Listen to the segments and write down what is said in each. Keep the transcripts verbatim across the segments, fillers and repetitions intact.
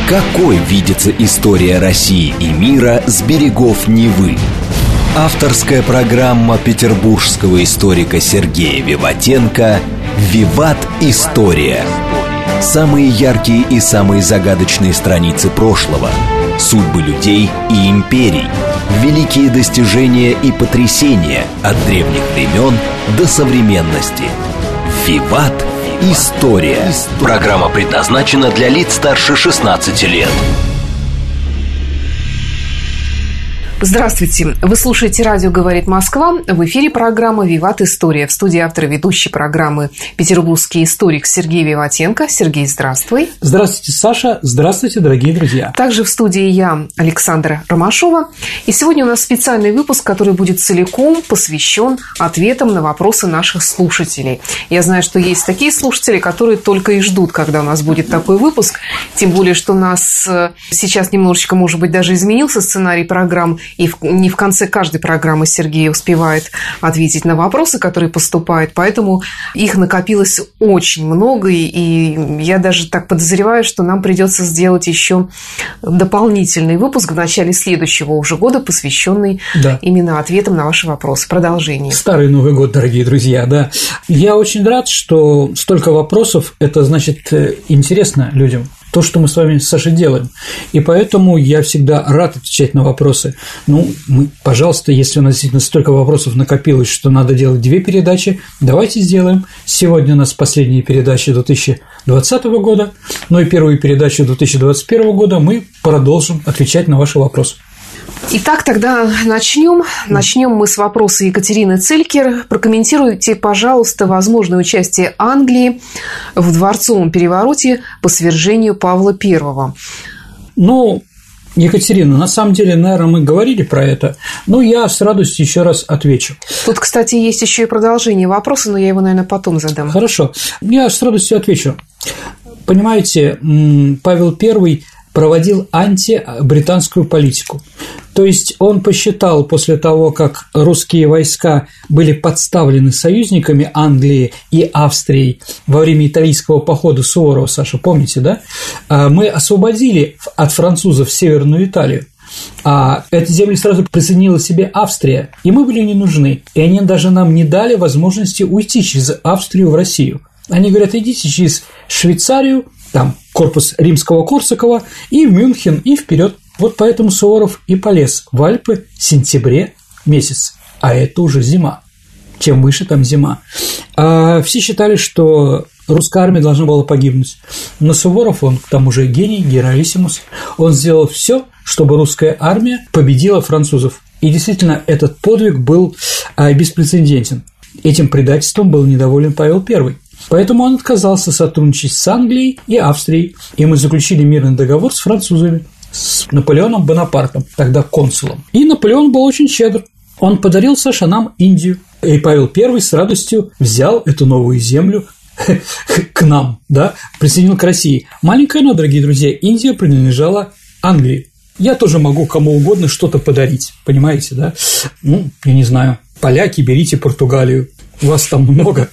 Какой видится история России и мира с берегов Невы? Авторская программа петербургского историка Сергея Виватенко «Виват. История». Самые яркие и самые загадочные страницы прошлого, судьбы людей и империй, великие достижения и потрясения от древних времен до современности. «Виват. История». Программа предназначена для лиц старше шестнадцати лет. Здравствуйте! Вы слушаете «Радио говорит Москва». В эфире программа «Виват. История». В студии автор и ведущий программы петербургский историк Сергей Виватенко. Сергей, здравствуй. Здравствуйте, Саша. Здравствуйте, дорогие друзья. Также в студии я, Александра Ромашова. И сегодня у нас специальный выпуск, который будет целиком посвящен ответам на вопросы наших слушателей. Я знаю, что есть такие слушатели, которые только и ждут, когда у нас будет такой выпуск. Тем более, что у нас сейчас немножечко, может быть, даже изменился сценарий программ. И в, не в конце каждой программы Сергей успевает ответить на вопросы, которые поступают. Поэтому их накопилось очень много. И я даже так подозреваю, что нам придется сделать еще дополнительный выпуск в начале следующего уже года, посвященный да. именно ответам на ваши вопросы. Продолжение. Старый Новый год, дорогие друзья, да. Я очень рад, что столько вопросов. Это значит интересно людям. То, что мы с вами, Саша, делаем. И поэтому я всегда рад отвечать на вопросы. Ну, мы, пожалуйста, если у нас действительно столько вопросов накопилось, что надо делать две передачи, давайте сделаем. Сегодня у нас последняя передача две тысячи двадцатого года, ну и первую передачу две тысячи двадцать первого года мы продолжим отвечать на ваши вопросы. Итак, тогда начнем. Начнем мы с вопроса Екатерины Цилькер. Прокомментируйте, пожалуйста, возможное участие Англии в дворцовом перевороте по свержению Павла Первого. Ну, Екатерина, на самом деле, наверное, мы говорили про это, но я с радостью еще раз отвечу. Тут, кстати, есть еще и продолжение вопроса, но я его, наверное, потом задам. Хорошо. Я с радостью отвечу. Понимаете, Павел Первый проводил антибританскую политику. То есть он посчитал, после того, как русские войска были подставлены союзниками Англии и Австрии во время итальянского похода Суворова, Саша, помните, да? Мы освободили от французов Северную Италию, а эти земли сразу присоединила себе Австрия, и мы были не нужны, и они даже нам не дали возможности уйти через Австрию в Россию. Они говорят, идите через Швейцарию, там корпус римского-корсакова, и в Мюнхен, и вперед. Вот поэтому Суворов и полез в Альпы в сентябре месяц, а это уже зима. Чем выше, там зима. А все считали, что русская армия должна была погибнуть. Но Суворов, он к тому же гений, генералиссимус, он сделал все, чтобы русская армия победила французов. И действительно, этот подвиг был беспрецедентен. Этим предательством был недоволен Павел Первый. Поэтому он отказался сотрудничать с Англией и Австрией, и мы заключили мирный договор с французами, с Наполеоном Бонапартом, тогда консулом. И Наполеон был очень щедр. Он подарил, Саша, нам Индию. И Павел Первый с радостью взял эту новую землю к нам, да, присоединил к России. Маленькая, но, дорогие друзья, Индия принадлежала Англии. Я тоже могу кому угодно что-то подарить, понимаете, да? Ну, я не знаю, поляки, берите Португалию. У вас там много.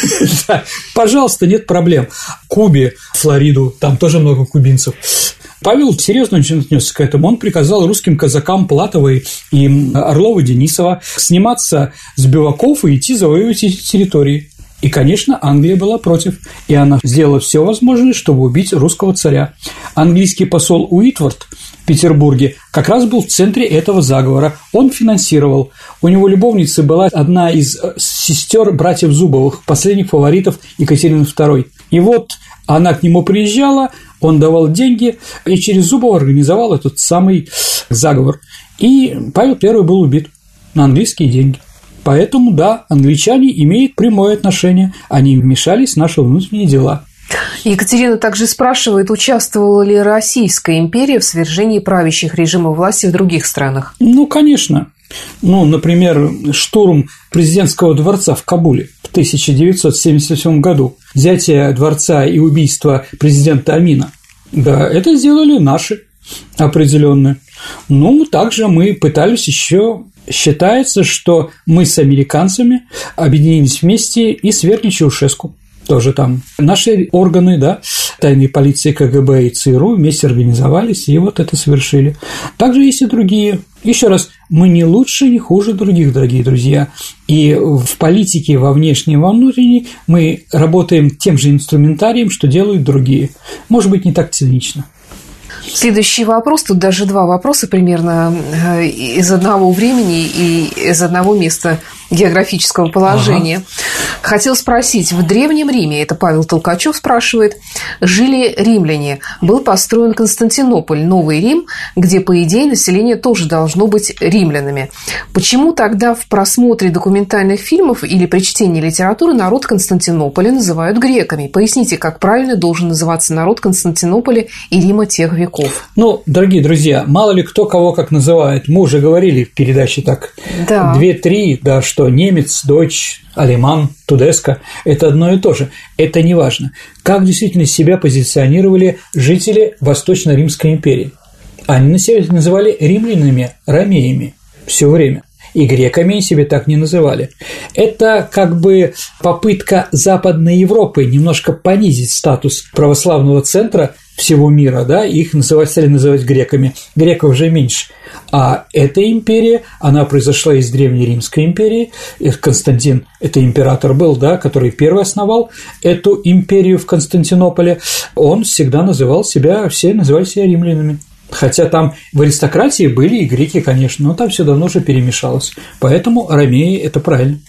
Пожалуйста, нет проблем. Кубе, Флориду, там тоже много кубинцев. Павел серьезно очень отнесся к этому. Он приказал русским казакам Платовой и Орлова Денисова сниматься с биваков и идти завоевывать эти территории. И, конечно, Англия была против, и она сделала все возможное, чтобы убить русского царя. Английский посол Уитворд в Петербурге как раз был в центре этого заговора. Он финансировал. У него любовницей была одна из сестер братьев Зубовых, последних фаворитов Екатерины Второй. И вот она к нему приезжала, он давал деньги, и через Зубова организовал этот самый заговор. И Павел Первый был убит на английские деньги. Поэтому, да, англичане имеют прямое отношение, они вмешались в наши внутренние дела. Екатерина также спрашивает, участвовала ли Российская империя в свержении правящих режимов власти в других странах? Ну, конечно. Ну, например, штурм президентского дворца в Кабуле в тысяча девятьсот семьдесят восьмом году, взятие дворца и убийство президента Амина. Да, это сделали наши определенные. Ну, также мы пытались еще. Считается, что мы с американцами объединились вместе и свергли Чаушеску. тоже там наши органы, да, тайной полиции, КГБ и ЦРУ вместе организовались и вот это совершили. Также есть и другие. Еще раз, мы не лучше, не хуже других, дорогие друзья. И в политике, во внешней, во внутренней мы работаем тем же инструментарием, что делают другие. Может быть, не так цинично. Следующий вопрос, тут даже два вопроса примерно из одного времени и из одного места географического положения. Ага. Хотел спросить, в Древнем Риме, это Павел Толкачев спрашивает, жили римляне, был построен Константинополь, Новый Рим, где, по идее, население тоже должно быть римлянами. Почему тогда в просмотре документальных фильмов или при чтении литературы народ Константинополя называют греками? Поясните, как правильно должен называться народ Константинополя и Рима тех веков? Ну, дорогие друзья, мало ли кто кого как называет. Мы уже говорили в передаче так да. две-три, да, что немец, дойч, алеман, тудеско – это одно и то же. Это не важно. Как действительно себя позиционировали жители Восточно-Римской империи? Они себя называли римлянами, ромеями все время. И греками себе так не называли. Это как бы попытка Западной Европы немножко понизить статус православного центра всего мира, да, их называть, стали называть греками. Греков уже меньше. А эта империя, она произошла из Древней Римской империи. Константин, это император был, да, который первый основал эту империю в Константинополе. Он всегда называл себя, все называли себя римлянами. Хотя там в аристократии были и греки, конечно, но там все давно уже перемешалось. Поэтому ромеи – это правильно.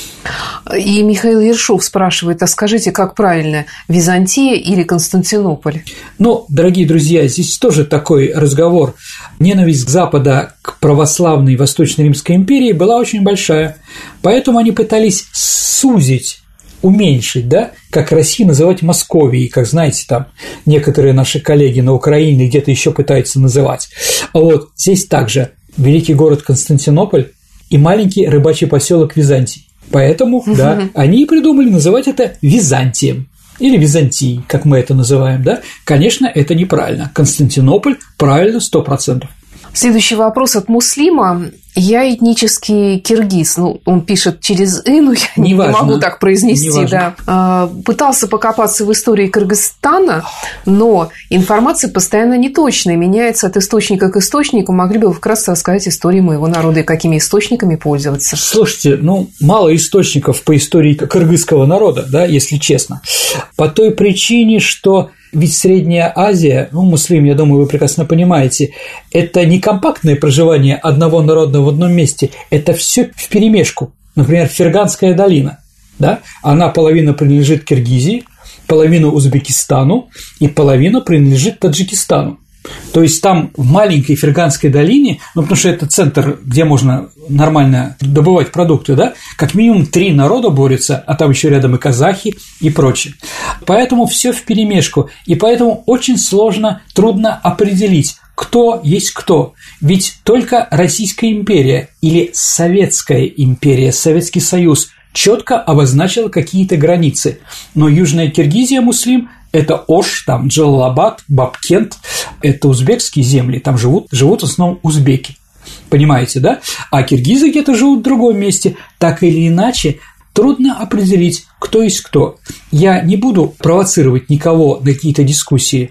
И Михаил Ершов спрашивает, а скажите, как правильно, Византия или Константинополь? Ну, дорогие друзья, здесь тоже такой разговор. Ненависть к Запада к православной Восточной Римской империи была очень большая, поэтому они пытались сузить, уменьшить, да, как Россию называть Московией, как, знаете, там некоторые наши коллеги на Украине где-то еще пытаются называть. Вот здесь также великий город Константинополь и маленький рыбачий поселок Византий. Поэтому, да, они придумали называть это Византием или Византией, как мы это называем, да. Конечно, это неправильно. Константинополь правильно сто процентов. Следующий вопрос от Муслима. Я этнический киргиз. Ну, он пишет через «ы», но я не, не могу так произнести. Да. Пытался покопаться в истории Кыргызстана, но информация постоянно неточная, меняется от источника к источнику. Могли бы вы вкратце рассказать историю моего народа и какими источниками пользоваться? Слушайте, ну, мало источников по истории кыргызского народа, да, если честно. По той причине, что ведь Средняя Азия, ну, Муслим, я думаю, вы прекрасно понимаете, это не компактное проживание одного народа в одном месте, это все вперемешку. Например, Ферганская долина, да, она половина принадлежит Киргизии, половина Узбекистану и половина принадлежит Таджикистану. То есть там в маленькой Ферганской долине, ну, потому что это центр, где можно нормально добывать продукты, да, как минимум три народа борются, а там еще рядом и казахи и прочее. Поэтому все вперемешку, и поэтому очень сложно, трудно определить, кто есть кто. Ведь только Российская империя или Советская империя, Советский Союз четко обозначила какие-то границы. Но Южная Киргизия, Муслим, это Ош, там Джалалабад, Бабкент, это узбекские земли, там живут, живут в основном узбеки, понимаете, да? А киргизы где-то живут в другом месте, так или иначе трудно определить, кто есть кто. Я не буду провоцировать никого на какие-то дискуссии,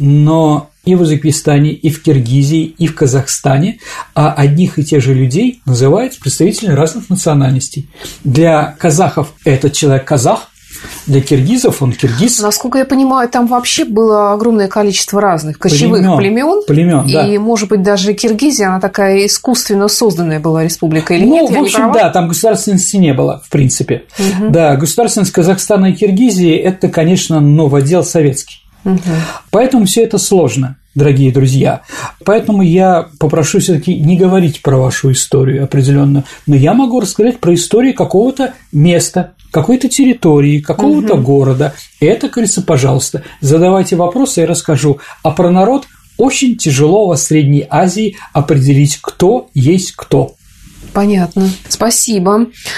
но и в Узбекистане, и в Киргизии, и в Казахстане а одних и тех же людей называют представителями разных национальностей. Для казахов этот человек казах, для киргизов он киргиз. Насколько я понимаю, там вообще было огромное количество разных кочевых племен. Племен, да. И, может быть, даже Киргизия, она такая искусственно созданная была республика или ну, нет? Ну, в общем, да, там государственности не было, в принципе. Угу. Да, государственность Казахстана и Киргизии – это, конечно, новодел советский. Угу. Поэтому все это сложно, дорогие друзья. Поэтому я попрошу все-таки не говорить про вашу историю определенно, но я могу рассказать про историю какого-то места, какой-то территории, какого-то угу. города. И это, говорится, пожалуйста, задавайте вопросы, я расскажу. А про народ очень тяжело в Средней Азии определить, кто есть кто. Понятно. Спасибо.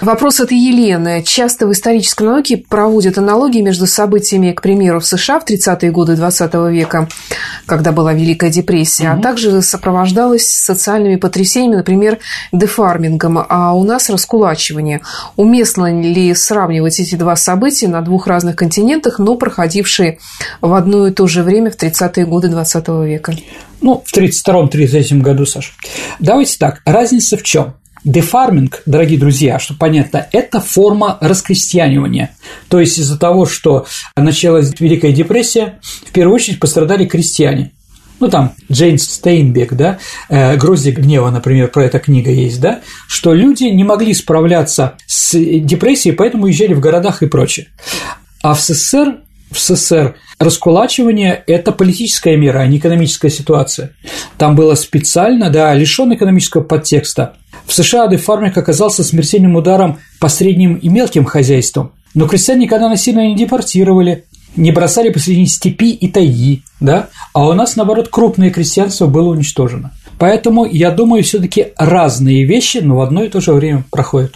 Вопрос от Елены. Часто в исторической науке проводят аналогии между событиями, к примеру, в США в тридцатые годы двадцатого века, когда была Великая депрессия, mm-hmm. а также сопровождалась социальными потрясениями, например, дефармингом, а у нас раскулачивание. Уместно ли сравнивать эти два события на двух разных континентах, но проходившие в одно и то же время в тридцатые годы двадцатого века? Ну, в тридцать втором — тридцать третьем году, Саша. Давайте так. Разница в чем? Дефарминг, дорогие друзья, чтобы понятно, это форма раскрестьянивания. То есть из-за того, что началась Великая депрессия, в первую очередь пострадали крестьяне. Ну, там, Джейн Стейнбек, да, «Грозди гнева», например, про эта книга есть, да, что люди не могли справляться с депрессией, поэтому уезжали в городах и прочее. А в СССР В СССР раскулачивание – это политическая мера, а не экономическая ситуация. Там было специально, да, лишён экономического подтекста. В США дефарминг оказался смертельным ударом по средним и мелким хозяйствам. Но крестьян никогда насильно не депортировали, не бросали посреди степи и тайги, да? А у нас, наоборот, крупное крестьянство было уничтожено. Поэтому, я думаю, всё-таки разные вещи, но в одно и то же время проходят.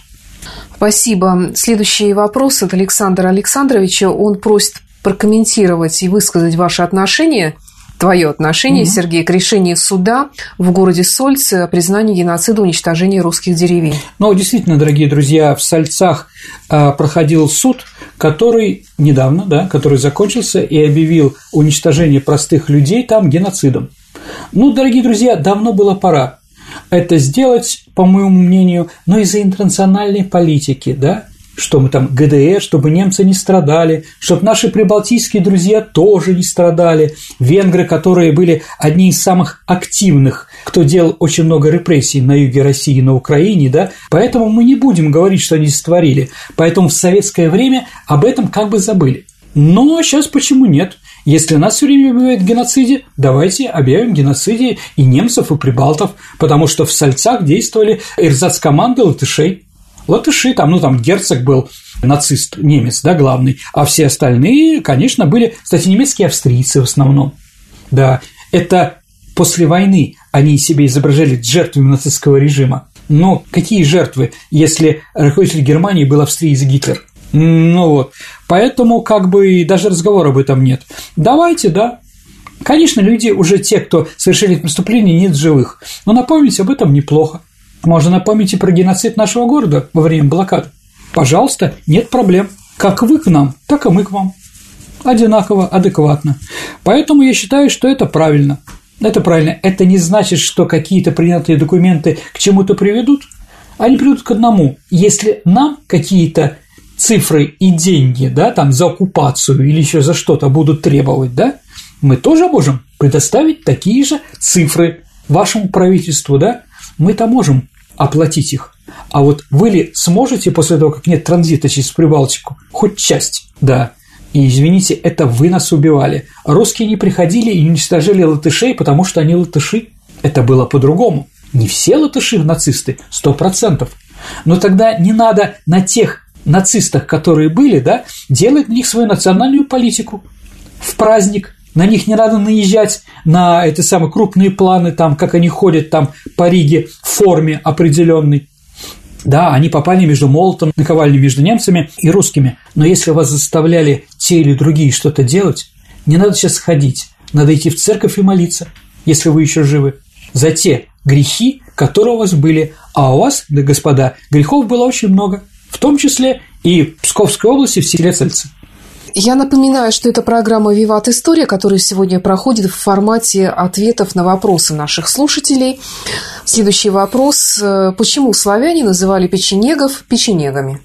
Спасибо. Следующий вопрос от Александра Александровича. Он просит прокомментировать и высказать ваше отношение, твое отношение, mm-hmm. Сергей, к решению суда в городе Сольцы о признании геноцида, уничтожения русских деревень. Ну, действительно, дорогие друзья, в Сольцах э, проходил суд, который недавно, да, который закончился и объявил уничтожение простых людей там геноцидом. Ну, дорогие друзья, давно было пора это сделать, по моему мнению, но из-за интернациональной политики, да, что мы там ГДР, чтобы немцы не страдали, чтобы наши прибалтийские друзья тоже не страдали, венгры, которые были одни из самых активных, кто делал очень много репрессий на юге России, на Украине, да, поэтому мы не будем говорить, что они сотворили, поэтому в советское время об этом как бы забыли. Но сейчас почему нет? Если нас все время объявляют геноциде, давайте объявим геноциде и немцев, и прибалтов, потому что в Сольцах действовали эрзац-команды латышей. Латыши, там, ну, там герцог был нацист, немец, да, главный, а все остальные, конечно, были, кстати, немецкие австрийцы в основном, да, это после войны они себе изображали жертвами нацистского режима, но какие жертвы, если руководитель Германии был австриец Гитлер? Ну вот, поэтому как бы даже разговора об этом нет. Давайте, да. Конечно, люди, уже те, кто совершили преступления, нет живых, но напомнить об этом неплохо. Можно напомнить и про геноцид нашего города во время блокады. Пожалуйста, нет проблем. Как вы к нам, так и мы к вам. Одинаково, адекватно. Поэтому я считаю, что это правильно. Это правильно. Это не значит, что какие-то принятые документы к чему-то приведут. Они приведут к одному. Если нам какие-то цифры и деньги, да, там за оккупацию или еще за что-то будут требовать, да, мы тоже можем предоставить такие же цифры вашему правительству, да, мы-то можем оплатить их. А вот вы ли сможете после того, как нет транзита через Прибалтику, хоть часть, да, и, извините, это вы нас убивали. Русские не приходили и не уничтожили латышей, потому что они латыши. Это было по-другому. Не все латыши нацисты, сто процентов. Но тогда не надо на тех нацистах, которые были, да, делать на них свою национальную политику в праздник. На них не надо наезжать на эти самые крупные планы, там, как они ходят там по Риге в форме определенной. Да, они попали между молотом, наковальней между немцами и русскими. Но если вас заставляли те или другие что-то делать, не надо сейчас ходить. Надо идти в церковь и молиться, если вы еще живы, за те грехи, которые у вас были. А у вас, да, господа, грехов было очень много. В том числе и в Псковской области, в селе Сольцы. Я напоминаю, что это программа «Виват. История», которая сегодня проходит в формате ответов на вопросы наших слушателей. Следующий вопрос. Почему славяне называли печенегов печенегами?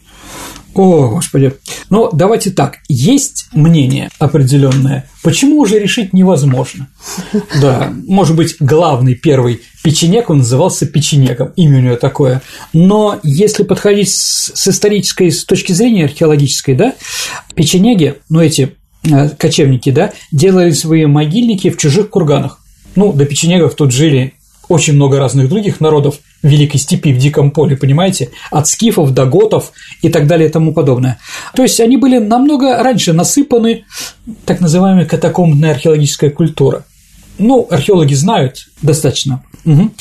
О, Господи. Ну, давайте так. Есть мнение определенное, почему уже решить невозможно. Да, может быть, главный первый печенег, он назывался печенегом, имя у него такое. Но если подходить с исторической, с точки зрения археологической, да, печенеги, ну, эти кочевники, да, делали свои могильники в чужих курганах. Ну, до печенегов тут жили очень много разных других народов в Великой степи, в Диком поле, понимаете, от скифов до готов и так далее и тому подобное. То есть они были намного раньше насыпаны, так называемая катакомбная археологическая культура. Ну, археологи знают достаточно. Угу.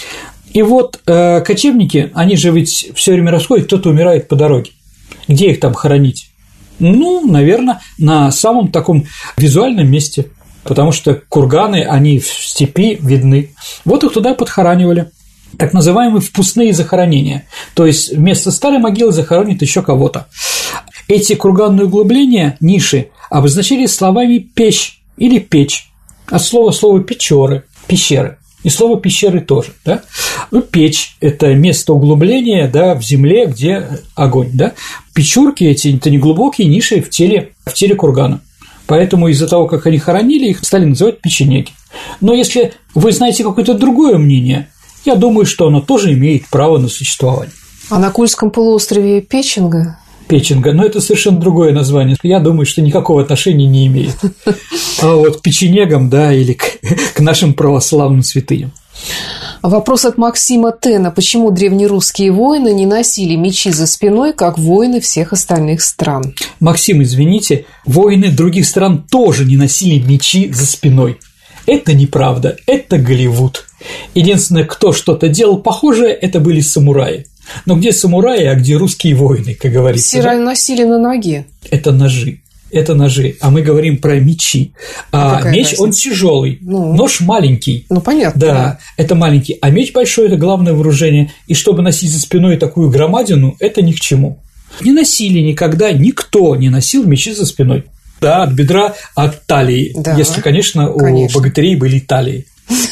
И вот э, кочевники, они же ведь все время расходят, кто-то умирает по дороге. Где их там хоронить? Ну, наверное, на самом таком визуальном месте, потому что курганы, они в степи видны. Вот их туда подхоранивали. Так называемые впускные захоронения. То есть вместо старой могилы захоронят еще кого-то. Эти курганные углубления, ниши, обозначались словами «печь» или «печь». От слова слова «печоры», «пещеры». И слово «пещеры» тоже, да? Ну, печь – это место углубления, да, в земле, где огонь, да? Печурки эти – это неглубокие ниши в теле, в теле кургана. Поэтому из-за того, как они хоронили, их стали называть печенеги. Но если вы знаете какое-то другое мнение, я думаю, что оно тоже имеет право на существование. А на Кольском полуострове Печенга? Печенга, но это совершенно другое название. Я думаю, что никакого отношения не имеет. А вот к печенегам, да, или к, к нашим православным святыням. Вопрос от Максима Тена. Почему древнерусские воины не носили мечи за спиной, как воины всех остальных стран? Максим, извините, воины других стран тоже не носили мечи за спиной. Это неправда, это Голливуд. Единственное, кто что-то делал похожее, это были самураи. Но где самураи, а где русские воины, как говорится? Все да? носили на ноге. Это ножи. Это ножи, а мы говорим про мечи. А меч, разница? Он тяжелый, ну, нож маленький. Ну, понятно. Да, да, это маленький, а меч большой – это главное вооружение. И чтобы носить за спиной такую громадину, это ни к чему. Не носили никогда, никто не носил мечи за спиной. Да, от бедра, от талии. Да, если, конечно, конечно, у богатырей были талии.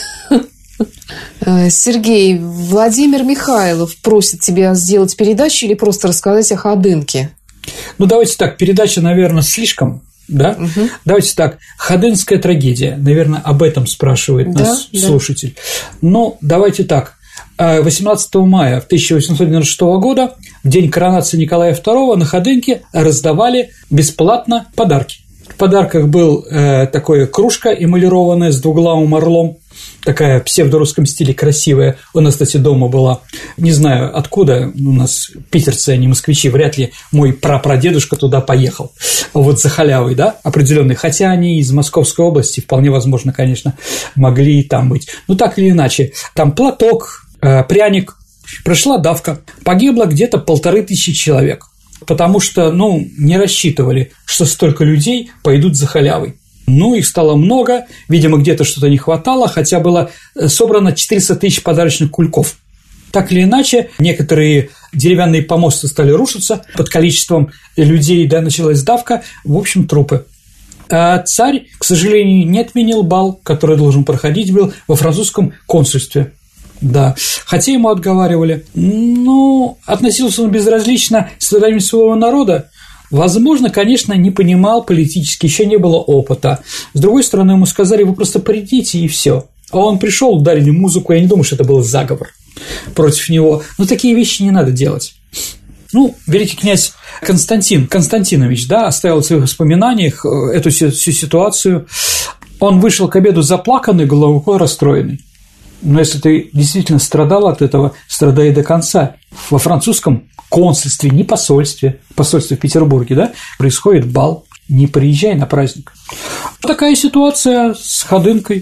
Сергей, Владимир Михайлов просит тебя сделать передачу или просто рассказать о Ходынке? Ну, давайте так, передача, наверное, слишком, да? Угу. Давайте так, Ходынская трагедия, наверное, об этом спрашивает да, нас да. слушатель. Ну, давайте так, восемнадцатого мая тысяча восемьсот девяносто шестого года, в день коронации Николая второго, на Ходынке раздавали бесплатно подарки. В подарках был э, такая кружка эмалированная с двуглавым орлом, такая в псевдорусском стиле красивая. У нас, кстати, дома была. Не знаю, откуда, у нас питерцы, а не москвичи, вряд ли мой прапрадедушка туда поехал. Вот за халявой, да, определенной. Хотя они из Московской области, вполне возможно, конечно, могли там быть. Ну, так или иначе, там платок, э, пряник, прошла давка, погибло где-то полторы тысячи человек. Потому что, ну, не рассчитывали, что столько людей пойдут за халявой. Ну, их стало много, видимо, где-то что-то не хватало, хотя было собрано четыреста тысяч подарочных кульков. Так или иначе, некоторые деревянные помосты стали рушиться, под количеством людей, да, началась давка, в общем, трупы. А царь, к сожалению, не отменил бал, который должен проходить был во французском консульстве. Да, хотя ему отговаривали. Ну, относился он безразлично к страданиям своего народа. Возможно, конечно, не понимал политически, еще не было опыта. С другой стороны, ему сказали, вы просто придите и все. А он пришел, ударили музыку, я не думаю, что это был заговор против него. Но такие вещи не надо делать. Ну, великий князь Константин Константинович, да, оставил в своих воспоминаниях эту всю ситуацию. Он вышел к обеду заплаканный, глубоко расстроенный. Но если ты действительно страдал от этого, страдай до конца. Во французском консульстве, не посольстве, посольстве в Петербурге, да, происходит бал, не приезжай на праздник. Такая ситуация с Ходынкой.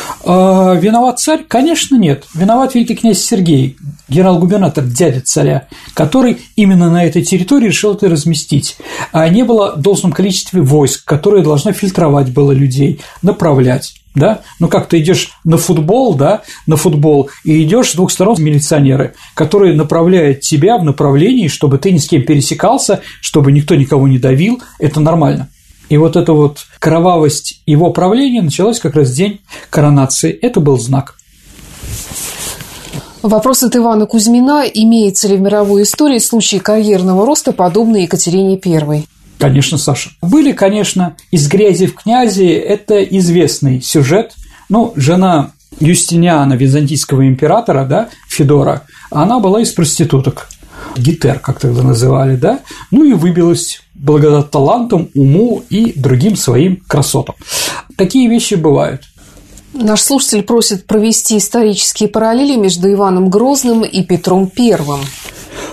Виноват царь? Конечно, нет. Виноват великий князь Сергей, генерал-губернатор, дядя царя, который именно на этой территории решил это разместить. А не было в должном количестве войск, которое должно фильтровать было людей, направлять. Да? Ну, как ты идешь на футбол, да, на футбол, и идешь с двух сторон милиционеры, которые направляют тебя в направлении, чтобы ты ни с кем пересекался, чтобы никто никого не давил, это нормально. И вот эта вот кровавость его правления началась как раз в день коронации. Это был знак. Вопрос от Ивана Кузьмина. Имеется ли в мировой истории случаи карьерного роста, подобные Екатерине Первой? Конечно, Саша. Были, конечно, из грязи в князи, это известный сюжет. Ну, жена Юстиниана, византийского императора, да, Федора, она была из проституток. Гетер, как тогда называли, да, ну и выбилась благодаря талантам, уму и другим своим красотам. Такие вещи бывают. Наш слушатель просит провести исторические параллели между Иваном Грозным и Петром Первым.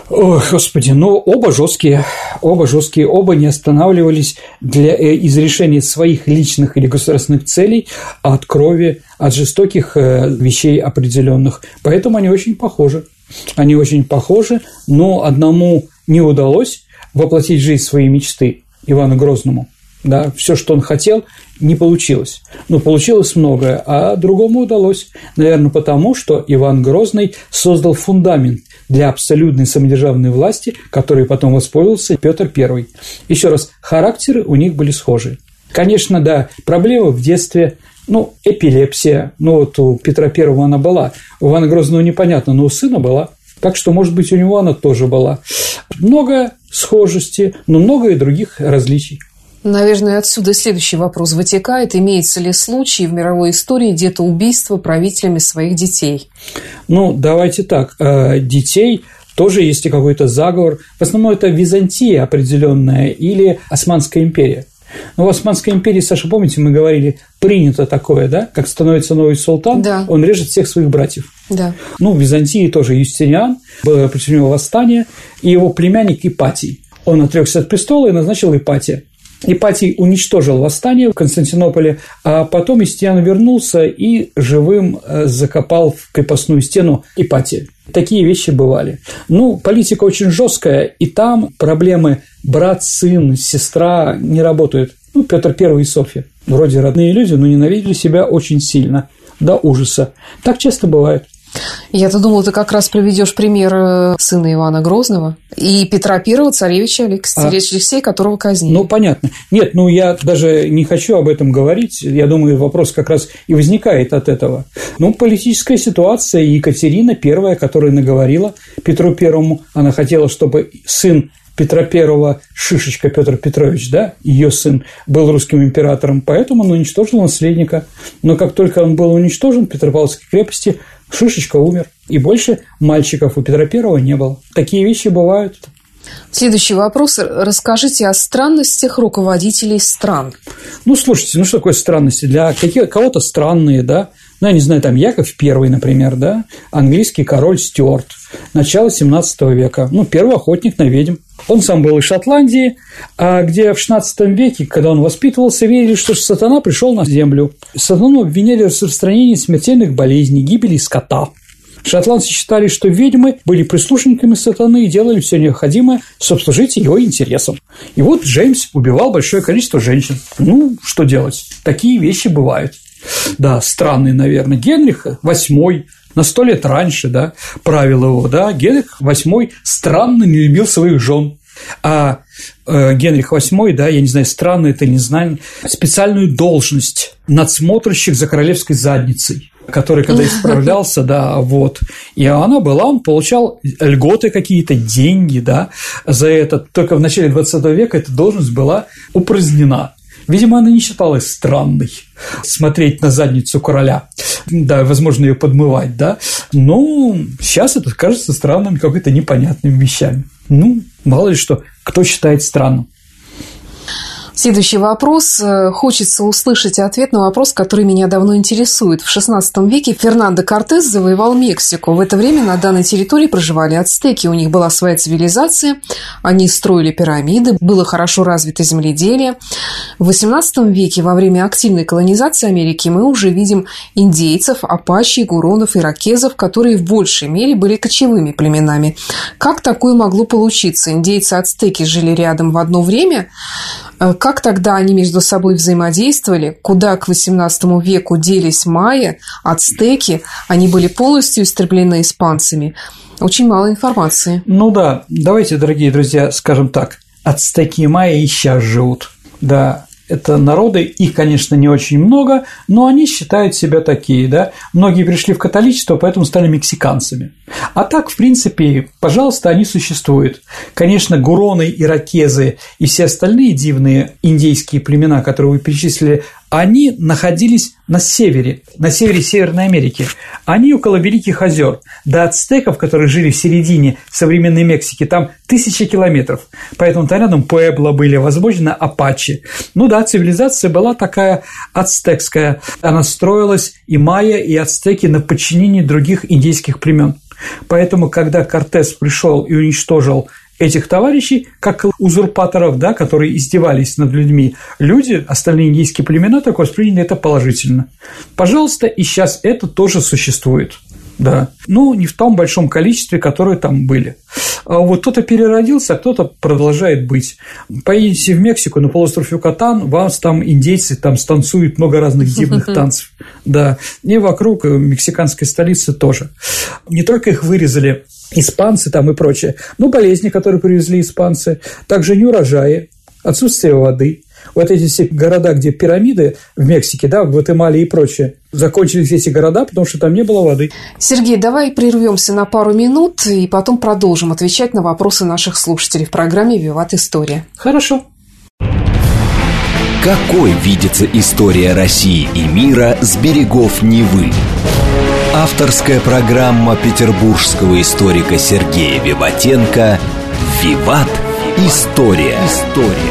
Ой, господи, ну оба жесткие, оба жесткие, оба не останавливались для из решения своих личных или государственных целей от крови, от жестоких вещей определенных. Поэтому они очень похожи. Они очень похожи, но одному не удалось воплотить в жизнь свои мечты, Ивану Грозному. Да, все, что он хотел, не получилось. Но получилось многое, а другому удалось. Наверное, потому что Иван Грозный создал фундамент для абсолютной самодержавной власти, которой потом воспользовался Петр Первый. Еще раз, характеры у них были схожи. Конечно, да, проблемы в детстве, ну, эпилепсия, ну, вот у Петра Первого она была, у Ивана Грозного непонятно, но у сына была. Так что, может быть, у него она тоже была. Много схожести, но много и других различий. Наверное, отсюда следующий вопрос вытекает. Имеется ли случай в мировой истории где-то убийства правителями своих детей? Ну, давайте так. Детей тоже есть какой-то заговор. В основном это Византия определенная или Османская империя. Но в Османской империи, Саша, помните, мы говорили, принято такое, да? Как становится новый султан, да. Он режет всех своих братьев. Да. Ну, в Византии тоже Юстиниан, было причинено восстание, и его племянник Ипатий. Он отрекся от престола и назначил Ипатия. Ипатий уничтожил восстание в Константинополе, а потом Юстиниан вернулся и живым закопал в крепостную стену Ипатия. Такие вещи бывали. Ну, политика очень жесткая, и там проблемы брат, сын, сестра не работают. Ну, Петр Первый и Софья. Вроде родные люди, но ненавидели себя очень сильно, до ужаса. Так часто бывает. Я-то думала, ты как раз приведешь пример сына Ивана Грозного и Петра Первого, царевича Алексея, а, Алексея, которого казнили. Ну, понятно. Нет, ну, я даже не хочу об этом говорить. Я думаю, вопрос как раз и возникает от этого. Ну, политическая ситуация. Екатерина Первая, которая наговорила Петру Первому, она хотела, чтобы сын Петра Первого, Шишечка Петр Петрович, да, ее сын, был русским императором, поэтому он уничтожил наследника. Но как только он был уничтожен в Петропавловской крепости, Шишечка умер, и больше мальчиков у Петра Первого не было. Такие вещи бывают. Следующий вопрос. Расскажите о странностях руководителей стран. Ну, слушайте, ну что такое странности? Для каких, кого-то странные, да? Ну, я не знаю, там Яков Первый, например, да? Английский король Стюарт. Начало семнадцатого века. Ну, первый охотник на ведьм. Он сам был из Шотландии, где в шестнадцатом веке, когда он воспитывался, верили, что сатана пришел на землю. Сатану обвиняли в распространении смертельных болезней, гибели скота. Шотландцы считали, что ведьмы были прислушниками сатаны и делали все необходимое, чтобы служить его интересам. И вот Джеймс убивал большое количество женщин. Ну, что делать? Такие вещи бывают. Да, странные, наверное. Генрих восьмой, на сто лет раньше, да, правил его, да, Генрих восьмой странно не любил своих жен. А э, Генрих восьмой, да, я не знаю, странно это или не знаю, специальную должность надсмотрщик за королевской задницей, который, когда исправлялся, да, вот, и она была, он получал льготы какие-то, деньги, да, за это. Только в начале двадцатого века эта должность была упразднена. Видимо, она не считалась странной смотреть на задницу короля, да, возможно, ее подмывать, да, но сейчас это кажется странным, какой-то непонятными вещами. Ну, мало ли что, кто считает странным. Следующий вопрос. Хочется услышать ответ на вопрос, который меня давно интересует. В шестнадцатом веке Фернандо Кортес завоевал Мексику. В это время на данной территории проживали ацтеки. У них была своя цивилизация, они строили пирамиды, было хорошо развито земледелие. В восемнадцатом веке, во время активной колонизации Америки, мы уже видим индейцев, апачи, гуронов, иракезов, которые в большей мере были кочевыми племенами. Как такое могло получиться? Индейцы и ацтеки жили рядом в одно время. Как тогда они между собой взаимодействовали? Куда к восемнадцатому веку делись майя, ацтеки? Они были полностью истреблены испанцами. Очень мало информации. Ну да, давайте, дорогие друзья, скажем так. Ацтеки и майя и сейчас живут. Да, это народы, их, конечно, не очень много, но они считают себя такие, да. Многие пришли в католичество, поэтому стали мексиканцами. А так, в принципе, пожалуйста, они существуют. Конечно, гуроны, иракезы и все остальные дивные индейские племена, которые вы перечислили, они находились на севере, на севере Северной Америки. Они около Великих озер. До ацтеков, которые жили в середине современной Мексики, там тысячи километров. Поэтому там рядом Пуэбло были, возможно, апачи. Ну да, цивилизация была такая ацтекская. Она строилась и майя, и ацтеки на подчинении других индейских племен. Поэтому, когда Кортес пришел и уничтожил этих товарищей, как узурпаторов, да, которые издевались над людьми, люди, остальные индейские племена, так восприняли это положительно. Пожалуйста, и сейчас это тоже существует. Да. Ну, не в том большом количестве, которые там были. А вот кто-то переродился, а кто-то продолжает быть. Поедете в Мексику, на полуостров Юкатан, вас там индейцы там станцуют много разных дивных танцев. Да. И вокруг мексиканской столицы тоже. Не только их вырезали испанцы там и прочее, но болезни, которые привезли испанцы, также неурожаи, отсутствие воды. Вот эти все города, где пирамиды в Мексике, да, в Гватемале и прочее, закончились эти города, потому что там не было воды. Сергей, давай прервемся на пару минут и потом продолжим отвечать на вопросы наших слушателей в программе «Виват История». Хорошо. Какой видится история России и мира с берегов Невы? Авторская программа петербургского историка Сергея Виватенко «Виват. История». История.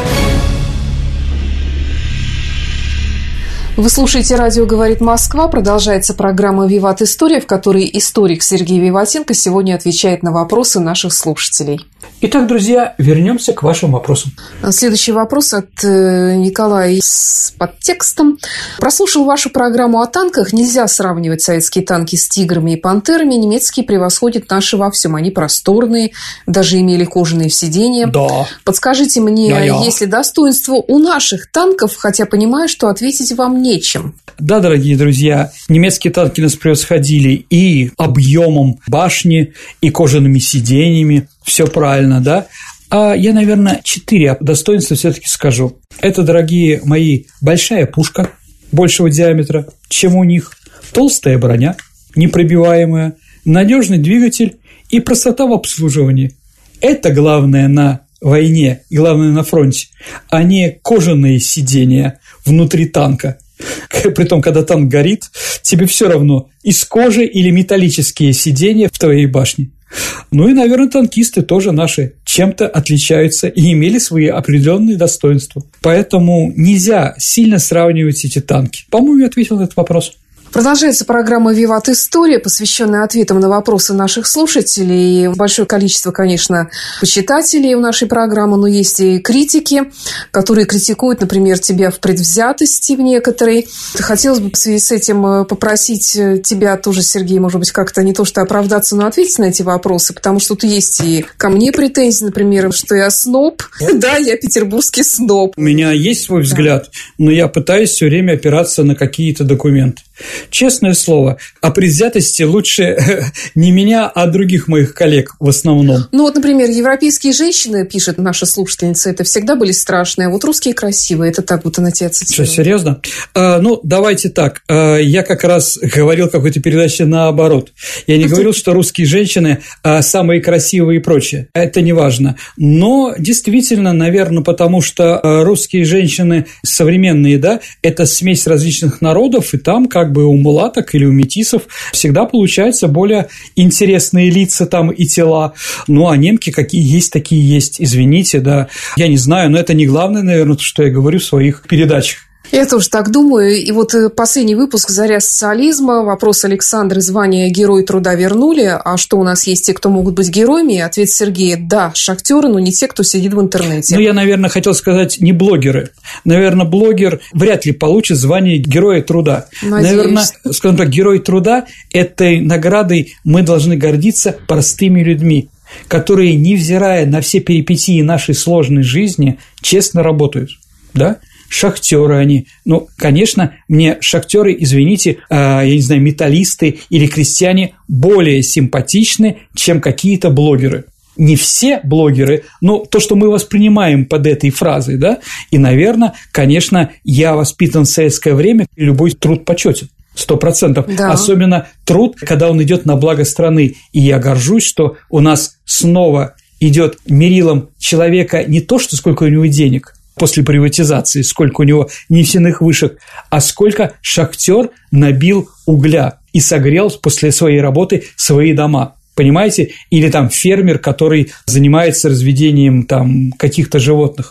Вы слушаете «Радио говорит Москва». Продолжается программа «Виват История», в которой историк Сергей Виватенко сегодня отвечает на вопросы наших слушателей. Итак, друзья, вернемся к вашим вопросам. Следующий вопрос от Николая с подтекстом. Прослушал вашу программу о танках. Нельзя сравнивать советские танки с «Тиграми» и «Пантерами». Немецкие превосходят наши во всем. Они просторные, даже имели кожаные сиденья. Да. Подскажите мне, Да-я. есть ли достоинство у наших танков, хотя понимаю, что ответить вам нечем. Да, дорогие друзья, немецкие танки нас превосходили и объемом башни, и кожаными сиденьями. Все правильно, да? А я, наверное, четыре достоинства все-таки скажу. Это, дорогие мои, большая пушка большего диаметра, чем у них, толстая броня, непробиваемая, надежный двигатель и простота в обслуживании. Это главное на войне и главное на фронте, а не кожаные сиденья внутри танка. Притом, когда танк горит, тебе все равно, из кожи или металлические сиденья в твоей башне. Ну и, наверное, танкисты тоже наши чем-то отличаются и имели свои определенные достоинства. Поэтому нельзя сильно сравнивать эти танки. По-моему, я ответил на этот вопрос. Продолжается программа «Виват История», посвященная ответам на вопросы наших слушателей. Большое количество, конечно, почитателей у нашей программы, но есть и критики, которые критикуют, например, тебя в предвзятости в некоторой. Хотелось бы в связи с этим попросить тебя тоже, Сергей, может быть, как-то не то что оправдаться, но ответить на эти вопросы, потому что тут есть и ко мне претензии, например, что я сноб. Да, я петербургский сноб. У меня есть свой взгляд, но я пытаюсь все время опираться на какие-то документы. Честное слово, о предвзятости лучше не меня, а других моих коллег в основном. Ну вот, например, европейские женщины, пишет наша слушательница, это всегда были страшные, а вот русские красивые. Это так вот она тебя цитирует. Что, серьезно? А, ну, давайте так. А, я как раз говорил в какой-то передаче наоборот. Я не говорил, что русские женщины а, самые красивые и прочее. Это не важно. Но действительно, наверное, потому что а, русские женщины современные, да, это смесь различных народов, и там как бы у мулаток или у метисов всегда получаются более интересные лица там и тела. Ну, а немки какие есть, такие есть. Извините, да. Я не знаю, но это не главное, наверное, что я говорю в своих передачах. Я тоже так думаю. И вот последний выпуск «Заря социализма». Вопрос Александры. Звание Герой труда вернули. А что, у нас есть те, кто могут быть героями? Ответ Сергея. Да, шахтеры, но не те, кто сидит в интернете. Ну, я, наверное, хотел сказать не блогеры. Наверное, блогер вряд ли получит звание Героя труда. Надеюсь. Наверное, скажем так, Герой труда – этой наградой мы должны гордиться простыми людьми, которые, невзирая на все перипетии нашей сложной жизни, честно работают, да? Шахтеры они. Ну, конечно, мне шахтеры, извините, я не знаю, металлисты или крестьяне более симпатичны, чем какие-то блогеры. Не все блогеры, но то, что мы воспринимаем под этой фразой, да, и, наверное, конечно, я воспитан в советское время, и любой труд почетен. Сто процентов. Да. Особенно труд, когда он идет на благо страны. И я горжусь, что у нас снова идет мерилом человека не то, что сколько у него денег после приватизации, сколько у него нефтяных вышек, а сколько шахтер набил угля и согрел после своей работы свои дома. Понимаете? Или там фермер, который занимается разведением там каких-то животных.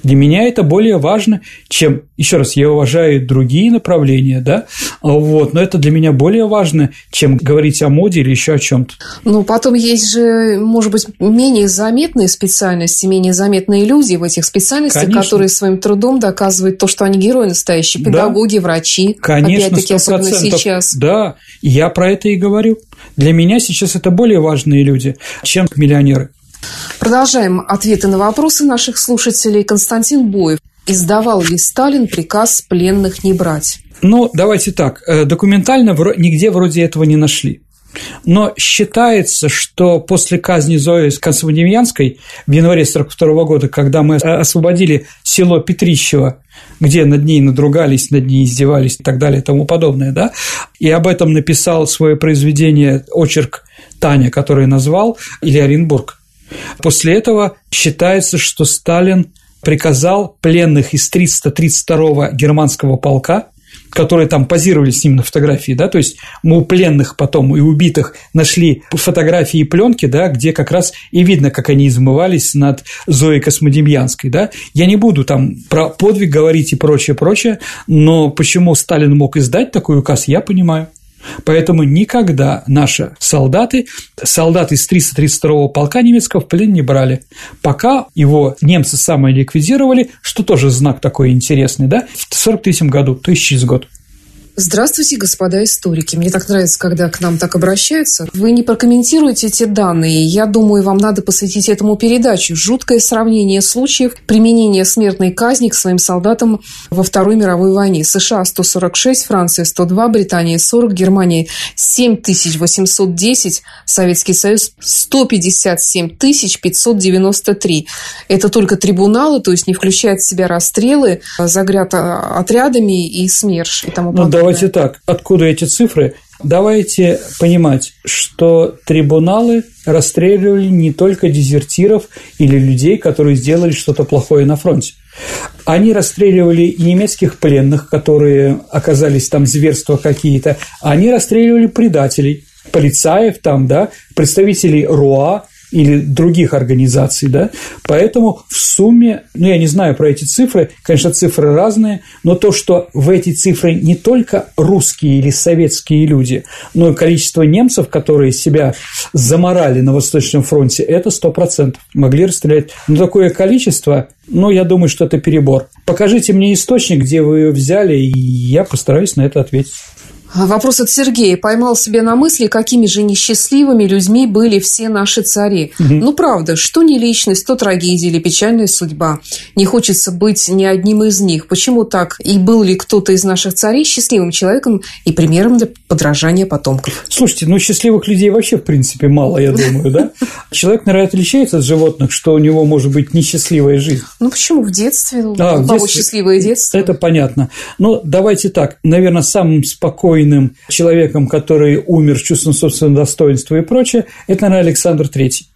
Для меня это более важно, чем, еще раз, я уважаю другие направления, да, вот, но это для меня более важно, чем говорить о моде или еще о чем-то. Ну, потом есть же, может быть, менее заметные специальности, менее заметные люди в этих специальностях, Конечно. Которые своим трудом доказывают то, что они герои настоящие, педагоги, да. врачи. Конечно, опять-таки, особенно сейчас. Да, я про это и говорю. Для меня сейчас это более важные люди, чем миллионеры. Продолжаем ответы на вопросы наших слушателей. Константин Боев. Издавал ли Сталин приказ пленных не брать? Ну, давайте так. Документально нигде вроде этого не нашли. Но считается, что после казни Зои Космодемьянской в январе сорок второго года, когда мы освободили село Петрищево, где над ней надругались, над ней издевались и так далее и тому подобное, да, и об этом написал свое произведение очерк Таня, который назвал Илья Оренбург. После этого считается, что Сталин приказал пленных из триста тридцать второго германского полка, которые там позировали с ним на фотографии, да, то есть мы у пленных потом и убитых нашли фотографии и пленки, да, где как раз и видно, как они измывались над Зоей Космодемьянской, да. Я не буду там про подвиг говорить и прочее, прочее, но почему Сталин мог издать такой указ, я понимаю. Поэтому никогда наши солдаты, солдаты из триста тридцать второго полка немецкого в плен не брали, пока его немцы самоликвидировали, что тоже знак такой интересный, да, в сорок третьем году, то есть через год. Здравствуйте, господа историки. Мне так нравится, когда к нам так обращаются. Вы не прокомментируете эти данные. Я думаю, вам надо посвятить этому передачу. Жуткое сравнение случаев применения смертной казни к своим солдатам во Второй мировой войне. США сто сорок шесть, Франция сто два, Британия сорок, Германия семь тысяч восемьсот десять, Советский Союз сто пятьдесят семь тысяч пятьсот девяносто три. Это только трибуналы, то есть не включает в себя расстрелы, заградотрядами и СМЕРШ и тому подобное. Давайте так, откуда эти цифры? Давайте понимать, что трибуналы расстреливали не только дезертиров или людей, которые сделали что-то плохое на фронте. Они расстреливали и немецких пленных, которые оказались там зверства какие-то, они расстреливали предателей, полицаев там, да, представителей РУА или других организаций, да, поэтому в сумме, ну, я не знаю про эти цифры, конечно, цифры разные, но то, что в эти цифры не только русские или советские люди, но и количество немцев, которые себя заморали на Восточном фронте, это сто процентов могли расстрелять. Но такое количество, ну, я думаю, что это перебор. Покажите мне источник, где вы ее взяли, и я постараюсь на это ответить. Вопрос от Сергея. Поймал себя на мысли, какими же несчастливыми людьми были все наши цари. Угу. Ну, правда, что не личность, то трагедия или печальная судьба. Не хочется быть ни одним из них. Почему так? И был ли кто-то из наших царей счастливым человеком и примером для подражания потомков? Слушайте, ну, счастливых людей вообще, в принципе, мало, я думаю, да? Человек, наверное, отличается от животных, что у него может быть несчастливая жизнь. Ну, почему? В детстве. А, у кого счастливое детство? Это понятно. Ну, давайте так. Наверное, самым спокойным человеком, который умер с чувством собственного достоинства и прочее, это, наверное, Александр Третий.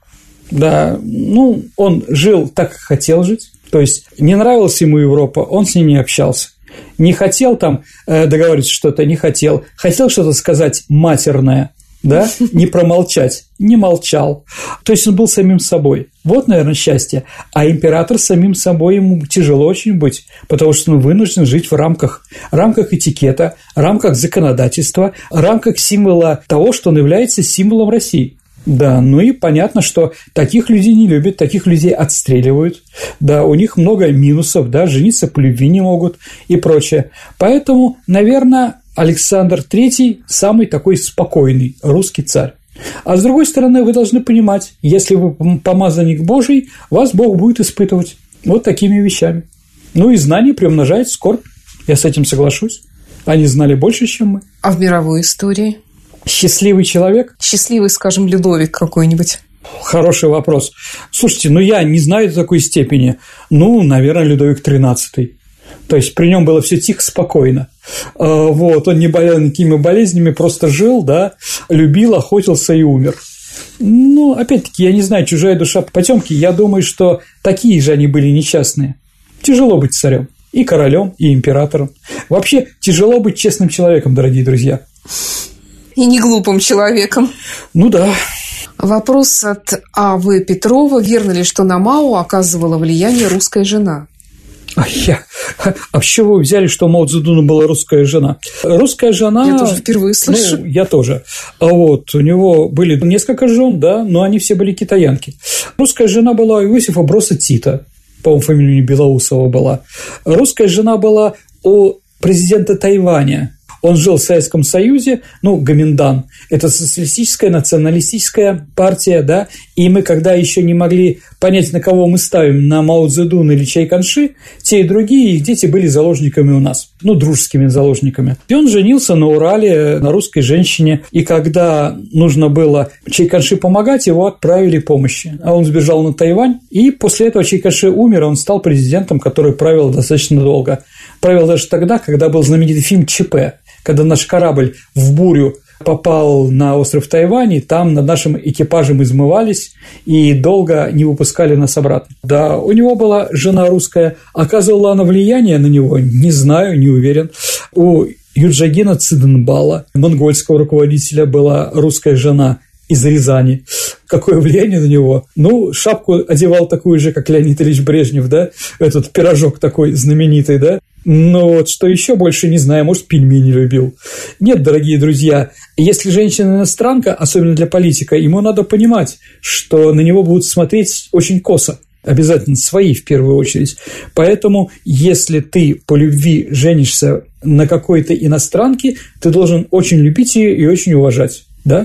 Да, ну, он жил так, как хотел жить, то есть не нравилась ему Европа, он с ней не общался. Не хотел там договориться что-то, не хотел. Хотел что-то сказать матерное, да, не промолчать, не молчал. То есть он был самим собой. Вот, наверное, счастье. А император самим собой ему тяжело очень быть, потому что он вынужден жить в рамках, рамках этикета, рамках законодательства, рамках символа того, что он является символом России. Да, ну и понятно, что таких людей не любят, таких людей отстреливают, да, у них много минусов, да, жениться по любви не могут и прочее. Поэтому, наверное, Александр Третий самый такой спокойный русский царь. А с другой стороны, вы должны понимать, если вы помазанник Божий, вас Бог будет испытывать вот такими вещами. Ну и знание приумножает скорбь, я с этим соглашусь. Они знали больше, чем мы. А в мировой истории? Счастливый человек? Счастливый, скажем, Людовик какой-нибудь. Хороший вопрос. Слушайте, ну я не знаю до такой степени. Ну, наверное, Людовик тринадцатый. То есть при нем было все тихо, спокойно. Вот, он не болел никакими болезнями, просто жил, да, любил, охотился и умер. Ну, опять-таки, я не знаю, чужая душа потемки. Я думаю, что такие же они были несчастные. Тяжело быть царем, и королем, и императором. Вообще тяжело быть честным человеком, дорогие друзья. И не глупым человеком. Ну да. Вопрос от А В Петрова. Верно ли, что на Мао оказывала влияние русская жена? А я... А с чего вы взяли, что у Мао Цзэдуна была русская жена? Русская жена... Я тоже впервые слышу. Ну, я тоже. А вот у него были несколько жен, да, но они все были китаянки. Русская жена была у Иосифа Броса Тита, по-моему, фамилия не Белоусова была. Русская жена была у президента Тайваня. Он жил в Советском Союзе, ну, Гоминдан, это социалистическая, националистическая партия, да, и мы, когда еще не могли понять, на кого мы ставим, на Мао Цзэдуна или Чай Канши, те и другие, их дети были заложниками у нас, ну, дружескими заложниками. И он женился на Урале, на русской женщине, и когда нужно было Чай Канши помогать, его отправили помощи. А он сбежал на Тайвань, и после этого Чай Канши умер, и он стал президентом, который правил достаточно долго. Правил даже тогда, когда был знаменитый фильм ЧП, когда наш корабль в бурю попал на остров Тайвань, и там над нашим экипажем измывались и долго не выпускали нас обратно. Да, у него была жена русская. Оказывала она влияние на него? Не знаю, не уверен. У Юджагина Циденбала, монгольского руководителя, была русская жена из Рязани. Какое влияние на него? Ну, шапку одевал такую же, как Леонид Ильич Брежнев, да? Этот пирожок такой знаменитый, да? Но вот что еще больше не знаю, может, пельмени любил. Нет, дорогие друзья, если женщина иностранка, особенно для политика, ему надо понимать, что на него будут смотреть очень косо. Обязательно свои в первую очередь. Поэтому, если ты по любви женишься на какой-то иностранке, ты должен очень любить ее и очень уважать. Да?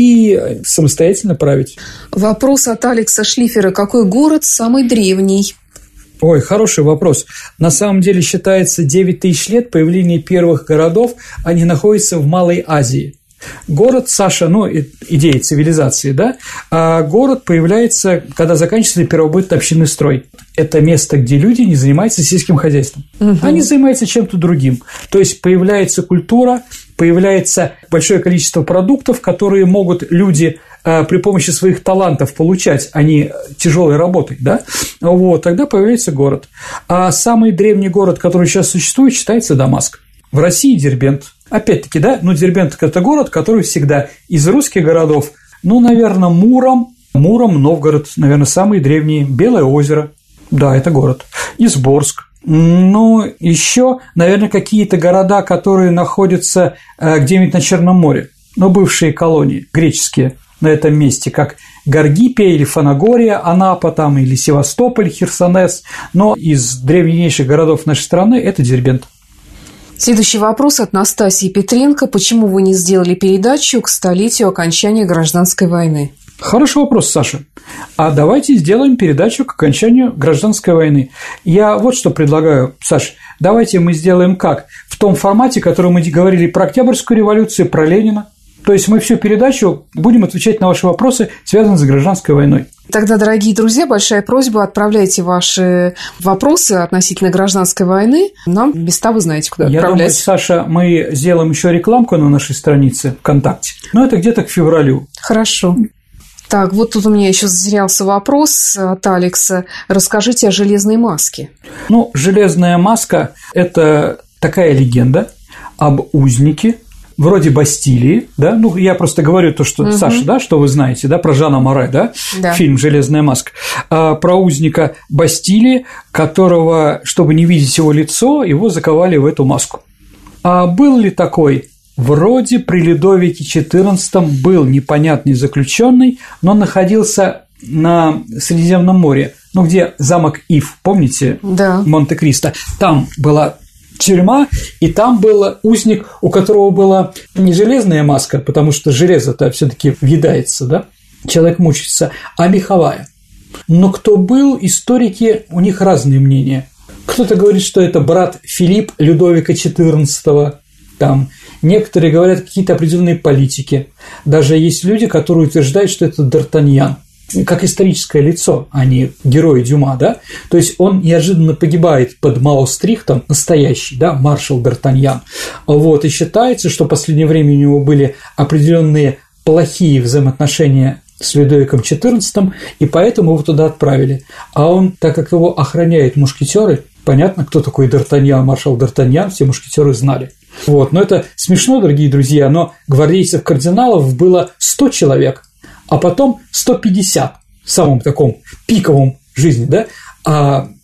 И самостоятельно править. Вопрос от Алекса Шлифера. Какой город самый древний? Ой, хороший вопрос. На самом деле считается девять тысяч лет появления первых городов, они находятся в Малой Азии. Город, Саша, ну, идея цивилизации, да, а город появляется, когда заканчивается первобытно-общинный строй. Это место, где люди не занимаются сельским хозяйством. Угу. Они занимаются чем-то другим. То есть появляется культура, появляется большое количество продуктов, которые могут люди при помощи своих талантов получать, а не тяжелой работой, да, вот, тогда появляется город. А самый древний город, который сейчас существует, считается Дамаск. В России Дербент. Опять-таки, да, ну, Дербент – это город, который всегда из русских городов, ну, наверное, Муром, Муром, Новгород, наверное, самые древние, Белое озеро, да, это город, Изборск. Ну, еще, наверное, какие-то города, которые находятся где-нибудь на Черном море, но бывшие колонии греческие на этом месте, как Гаргипия или Фанагория, Анапа там, или Севастополь, Херсонес, но из древнейших городов нашей страны это Дербент. Следующий вопрос от Настасии Петренко. Почему вы не сделали передачу к столетию окончания гражданской войны? Хороший вопрос, Саша. А давайте сделаем передачу к окончанию гражданской войны. Я вот что предлагаю, Саш. Давайте мы сделаем как? В том формате, в котором мы говорили про Октябрьскую революцию, про Ленина. То есть мы всю передачу будем отвечать на ваши вопросы, связанные с гражданской войной. Тогда, дорогие друзья, большая просьба, отправляйте ваши вопросы относительно гражданской войны. Нам места вы знаете, куда Я отправлять. Я думаю, Саша, мы сделаем еще рекламку на нашей странице ВКонтакте. Но это где-то к февралю. Хорошо. Так, вот тут у меня еще затерялся вопрос от Алекса. Расскажите о железной маске. Ну, железная маска – это такая легенда об узнике, вроде Бастилии, да, ну, я просто говорю то, что, угу. Саша, да, что вы знаете, да, про Жана Море, да, да. Фильм «Железная маска», а, про узника Бастилии, которого, чтобы не видеть его лицо, его заковали в эту маску. А был ли такой? Вроде при Людовике четырнадцатом был непонятный заключенный, но находился на Средиземном море, ну, где замок Ив, помните? Да. Монте-Кристо, там была тюрьма, и там был узник, у которого была не железная маска, потому что железо-то все-таки въедается, да, человек мучается, а меховая. Но кто был, историки, у них разные мнения. Кто-то говорит, что это брат Филипп Людовика четырнадцатого, там, некоторые говорят какие-то определенные политики. Даже есть люди, которые утверждают, что это Д'Артаньян, как историческое лицо, а не герой Дюма, да, то есть он неожиданно погибает под Маустрихтом, настоящий, да, маршал Д'Артаньян, вот, и считается, что в последнее время у него были определенные плохие взаимоотношения с Людовиком четырнадцатым, и поэтому его туда отправили, а он, так как его охраняют мушкетеры, понятно, кто такой Д'Артаньян, маршал Д'Артаньян, все мушкетеры знали. Вот, но это смешно, дорогие друзья, но гвардейцев-кардиналов было сто человек, а потом сто пятьдесят в самом таком пиковом жизни, да, а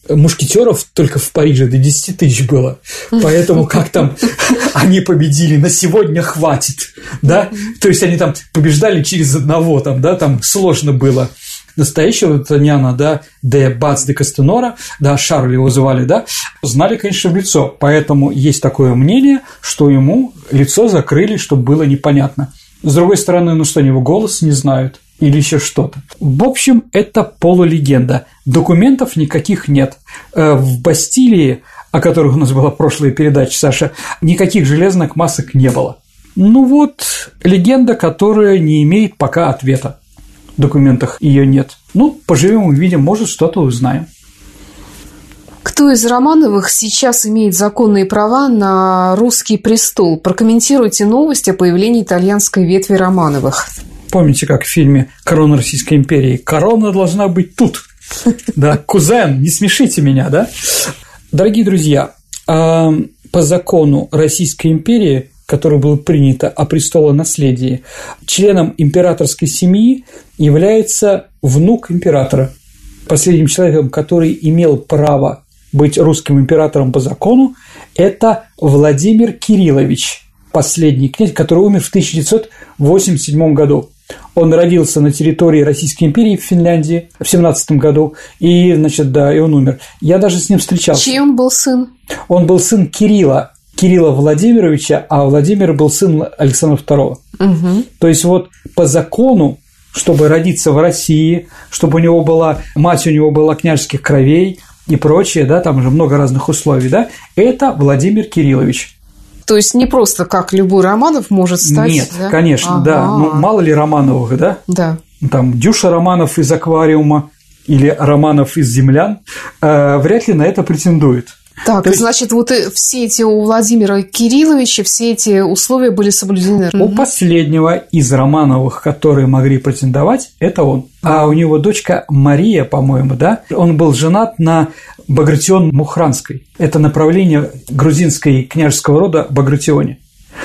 мушкетеров только в Париже до десять тысяч было. Поэтому как там они победили, на сегодня хватит, да? То есть они там побеждали через одного, там, да, там сложно было. Настоящего Д'Артаньяна, да, де Бац де Кастенора, да, Шарль его звали, да, знали, конечно, в лицо. Поэтому есть такое мнение, что ему лицо закрыли, чтобы было непонятно. С другой стороны, ну что, его голос не знают или еще что-то. В общем, это полулегенда. Документов никаких нет. В Бастилии, о которых у нас была прошлая передача, Саша, никаких железных масок не было. Ну вот, легенда, которая не имеет пока ответа. В документах ее нет. Ну, поживем, увидим, может, что-то узнаем. Кто из Романовых сейчас имеет законные права на русский престол? Прокомментируйте новость о появлении итальянской ветви Романовых. Помните, как в фильме «Корона Российской империи»? Корона должна быть тут. Да, кузен, не смешите меня, да? Дорогие друзья, по закону Российской империи, которое было принято о престолонаследии, членом императорской семьи является внук императора. Последним человеком, который имел право быть русским императором по закону, это Владимир Кириллович, последний князь, который умер в тысяча девятьсот восемьдесят седьмом году. Он родился на территории Российской империи в Финляндии в семнадцатом году, и, значит, да, и он умер. Я даже с ним встречался. Чей он был сын? Он был сын Кирилла, Кирилла Владимировича, а Владимир был сын Александра второго. Угу. То есть вот по закону, чтобы родиться в России, чтобы у него была, мать у него была княжеских кровей и прочее, да, там же много разных условий, да, это Владимир Кириллович. То есть не просто как любой Романов может стать. Нет, да? конечно, ага. Да. Ну, мало ли Романовых, да? Да. Там Дюша Романов из «Аквариума» или Романов из «Землян» э, вряд ли на это претендует. Так, есть... значит, вот все эти у Владимира Кирилловича, все эти условия были соблюдены. У угу. последнего из Романовых, которые могли претендовать, это он. А у него дочка Мария, по-моему, да? Он был женат на Багратион Мухранской. Это направление грузинской княжеского рода Багратионе.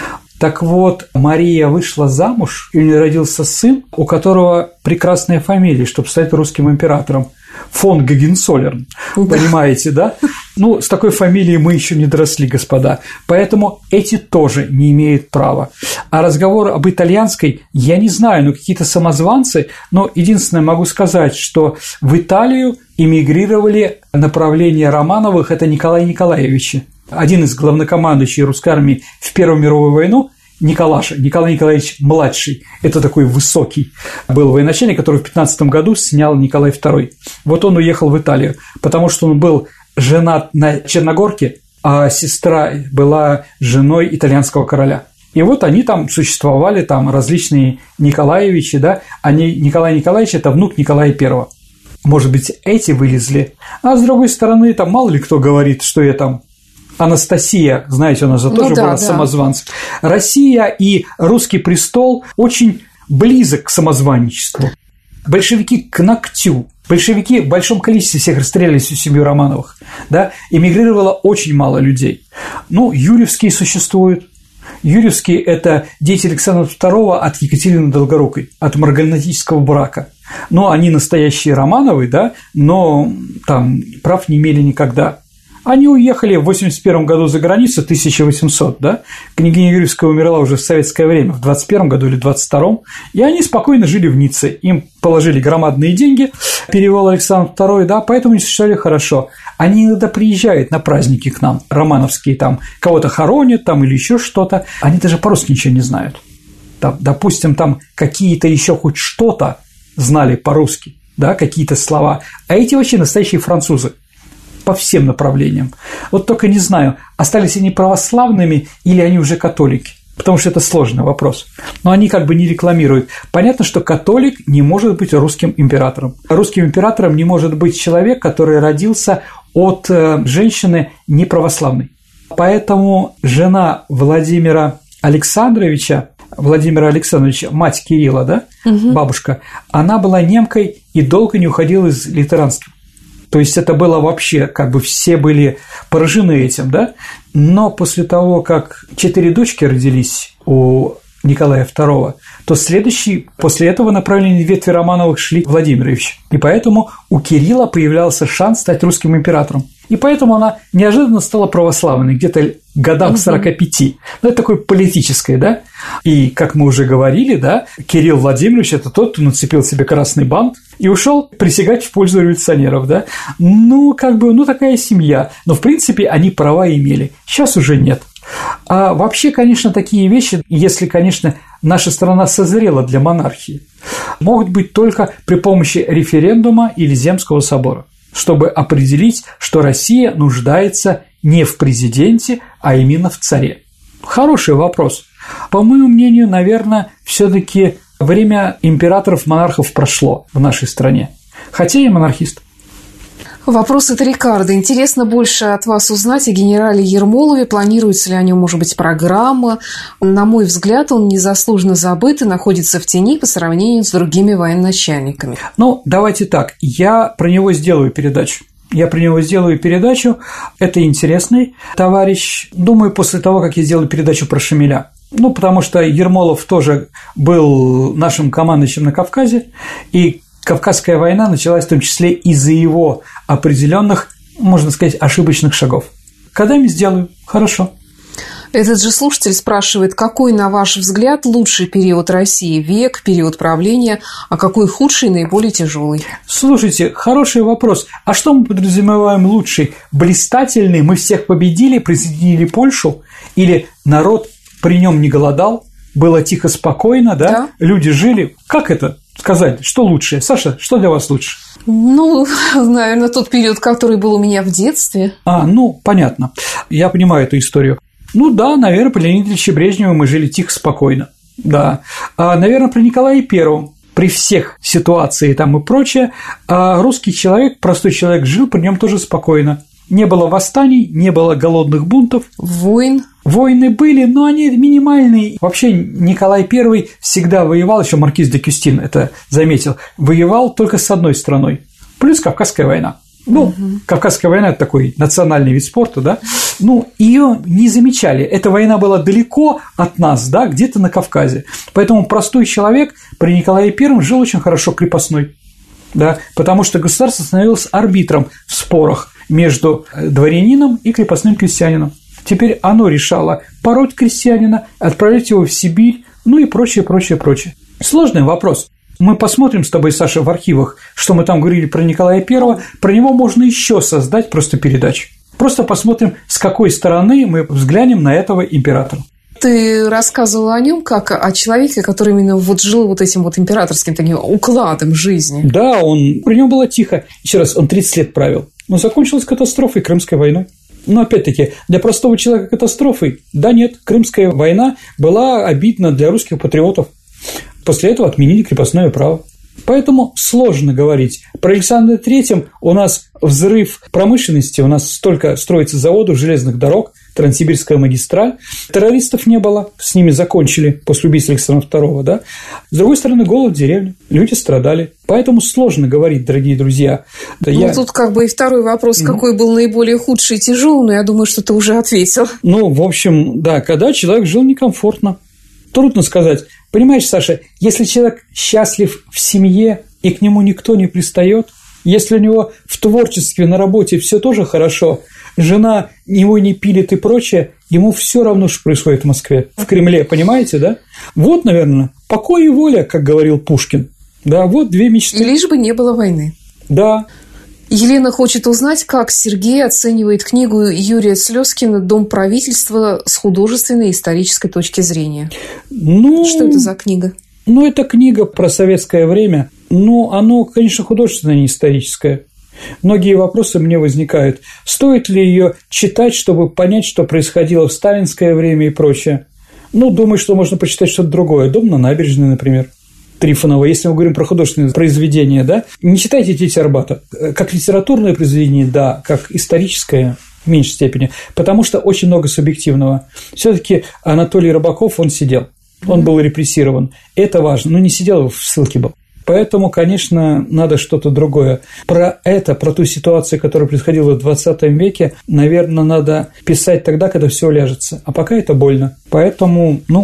Так вот, Мария вышла замуж, и у нее родился сын, у которого прекрасная фамилия, чтобы стать русским императором. Фон Гогенцоллерн, понимаете, да? Ну, с такой фамилией мы еще не доросли, господа. Поэтому эти тоже не имеют права. А разговор об итальянской, я не знаю, ну, какие-то самозванцы, но единственное могу сказать, что в Италию эмигрировали направление Романовых, это Николай Николаевич, один из главнокомандующих русской армии в Первую мировую войну, Николаша, Николай Николаевич младший, это такой высокий был военачальник, который в пятнадцатом году снял Николай второй. Вот он уехал в Италию, потому что он был женат на Черногорке, а сестра была женой итальянского короля. И вот они там существовали, там различные Николаевичи, да, они, Николай Николаевич – это внук Николая Первого. Может быть, эти вылезли, а с другой стороны, там мало ли кто говорит, что я там… Анастасия, знаете, она же ну, тоже да, была да. самозванцем. Россия и русский престол очень близок к самозванничеству. Большевики к ногтю. Большевики в большом количестве всех расстреляли всю семью Романовых. Да? Эмигрировало очень мало людей. Ну, Юрьевские существуют. Юрьевские – это дети Александра второго от Екатерины Долгорукой, от марганатического брака. Но они настоящие Романовы, да, но там прав не имели никогда. Они уехали в восемьдесят первом году за границу, тысяча восемьсот, да, княгиня Юрьевская умерла уже в советское время, в двадцать первом году или двадцать втором, и они спокойно жили в Ницце, им положили громадные деньги, перевел Александр второй, да, поэтому они существовали хорошо. Они иногда приезжают на праздники к нам, романовские, там, кого-то хоронят там или еще что-то, они даже по-русски ничего не знают. Там, допустим, там какие-то еще хоть что-то знали по-русски, да, какие-то слова, а эти вообще настоящие французы. По всем направлениям. Вот только не знаю, остались они православными или они уже католики, потому что это сложный вопрос. Но они как бы не рекламируют. Понятно, что католик не может быть русским императором. Русским императором не может быть человек, который родился от женщины неправославной. Поэтому жена Владимира Александровича, Владимира Александровича, мать Кирилла, да, угу. бабушка, она была немкой и долго не уходила из лютеранства. То есть это было вообще, как бы все были поражены этим, да? Но после того, как четыре дочки родились у Николая второго, то следующий после этого направление ветви Романовых шли Владимирович. И поэтому у Кирилла появлялся шанс стать русским императором. И поэтому она неожиданно стала православной, где-то годам к сорока пяти. Ну, это такое политическое, да? И, как мы уже говорили, да, Кирилл Владимирович – это тот, кто нацепил себе красный бант и ушел присягать в пользу революционеров, да? Ну, как бы, ну, такая семья. Но, в принципе, они права имели. Сейчас уже нет. А вообще, конечно, такие вещи, если, конечно, наша страна созрела для монархии, могут быть только при помощи референдума или Земского собора, чтобы определить, что Россия нуждается не в президенте, а именно в царе. Хороший вопрос. По моему мнению, наверное, все-таки время императоров-монархов прошло в нашей стране, хотя я монархист. Вопрос от Рикардо. Интересно больше от вас узнать о генерале Ермолове. Планируется ли о нем, может быть, программа? На мой взгляд, он незаслуженно забыт и находится в тени по сравнению с другими военачальниками. Ну, давайте так. Я про него сделаю передачу. Я про него сделаю передачу. Это интересный товарищ. Думаю, после того, как я сделаю передачу про Шамиля. Ну, потому что Ермолов тоже был нашим командующим на Кавказе, и Кавказская война началась в том числе из-за его определенных, можно сказать, ошибочных шагов. Когда-нибудь сделаю. Хорошо. Этот же слушатель спрашивает, какой, на ваш взгляд, лучший период России? Век, период правления, а какой худший, наиболее тяжелый? Слушайте, хороший вопрос. А что мы подразумеваем лучший? Блистательный, мы всех победили, присоединили Польшу? Или народ при нем не голодал, было тихо, спокойно, да? Да. Люди жили? Как это сказать? Что лучше? Саша, что для вас лучше? Ну, наверное, тот период, который был у меня в детстве. А, ну, понятно. Я понимаю эту историю. Ну да, наверное, при Леониде Ильиче Брежневе мы жили тихо, спокойно. Да. А, наверное, при Николае Первом, при всех ситуациях там и прочее, а русский человек, простой человек жил при нем тоже спокойно. Не было восстаний, не было голодных бунтов. Войн. Войны были, но они минимальные. Вообще Николай Первый всегда воевал, еще маркиз де Кюстин это заметил, воевал только с одной страной, плюс Кавказская война. Ну, угу. Кавказская война – это такой национальный вид спорта, да? Ну, ее не замечали. Эта война была далеко от нас, да, где-то на Кавказе. Поэтому простой человек при Николае Первом жил очень хорошо крепостной, да, потому что государство становилось арбитром в спорах между дворянином и крепостным крестьянином. Теперь оно решало пороть крестьянина, отправлять его в Сибирь, ну и прочее, прочее, прочее. Сложный вопрос. Мы посмотрим с тобой, Саша, в архивах, что мы там говорили про Николая Первого, про него можно еще создать просто передачу. Просто посмотрим, с какой стороны мы взглянем на этого императора. Ты рассказывал о нем как о человеке, который именно вот жил вот этим вот императорским таким укладом жизни. Да, он, при нем было тихо. Еще раз, он тридцать лет правил, но закончилась катастрофой, Крымской войной. Но опять-таки, для простого человека катастрофой? Да нет, Крымская война была обидна для русских патриотов. После этого отменили крепостное право. Поэтому сложно говорить. Про Александра Третьего у нас взрыв промышленности, у нас столько строится заводов, железных дорог, Транссибирская магистраль. Террористов не было, с ними закончили после убийства Александра Второго. Да? С другой стороны, голод в деревне, люди страдали. Поэтому сложно говорить, дорогие друзья. Да ну, я... тут как бы и второй вопрос, mm-hmm. какой был наиболее худший и тяжелый, но я думаю, что ты уже ответил. Ну, в общем, да, когда человек жил некомфортно. Трудно сказать. Понимаешь, Саша, если человек счастлив в семье, и к нему никто не пристает, если у него в творчестве, на работе все тоже хорошо, жена его не пилит и прочее, ему все равно, что происходит в Москве, в Кремле, понимаете, да? Вот, наверное, покой и воля, как говорил Пушкин. Да, вот две мечты. И лишь бы не было войны. Да. Елена хочет узнать, как Сергей оценивает книгу Юрия Слезкина «Дом правительства» с художественной и исторической точки зрения. Ну, что это за книга? Ну, это книга про советское время. Ну, оно, конечно, художественное, не историческое. Многие вопросы мне возникают. Стоит ли ее читать, чтобы понять, что происходило в сталинское время и прочее? Ну, думаю, что можно почитать что-то другое. «Дом на набережной», например. Трифонова, если мы говорим про художественные произведения, да, не читайте «Дети Арбата». Как литературное произведение, да, как историческое в меньшей степени, потому что очень много субъективного. Все-таки Анатолий Рыбаков, он сидел, он был репрессирован. Это важно, но не сидел, в ссылке был. Поэтому, конечно, надо что-то другое. Про это, про ту ситуацию, которая происходила в двадцатом веке, наверное, надо писать тогда, когда все ляжется. А пока это больно. Поэтому, ну,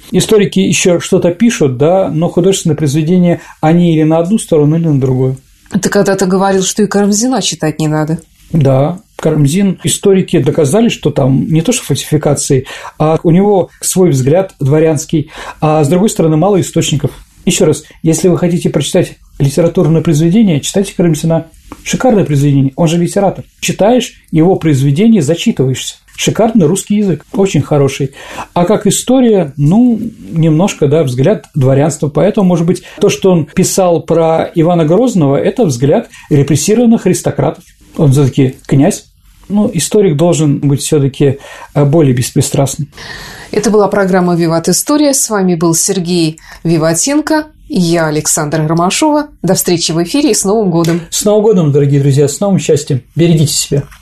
Историки еще что-то пишут, да, но художественное произведение они или на одну сторону, или на другую. Ты когда-то говорил, что и Карамзина читать не надо. Да, Карамзин, историки доказали, что там не то что фальсификации, а у него свой взгляд дворянский, а с другой стороны мало источников. Еще раз, если вы хотите прочитать литературное произведение, читайте Карамзина. Шикарное произведение, он же литератор. Читаешь его произведение, зачитываешься. Шикарный русский язык, очень хороший. А как история, ну, немножко, да, взгляд дворянства. Поэтому, может быть, то, что он писал про Ивана Грозного, это взгляд репрессированных аристократов. Он все-таки князь. Ну, историк должен быть все-таки более беспристрастным. Это была программа «Виват История». С вами был Сергей Виватенко. И я, Александра Ромашова. До встречи в эфире и с Новым годом. С Новым годом, дорогие друзья, с новым счастьем. Берегите себя.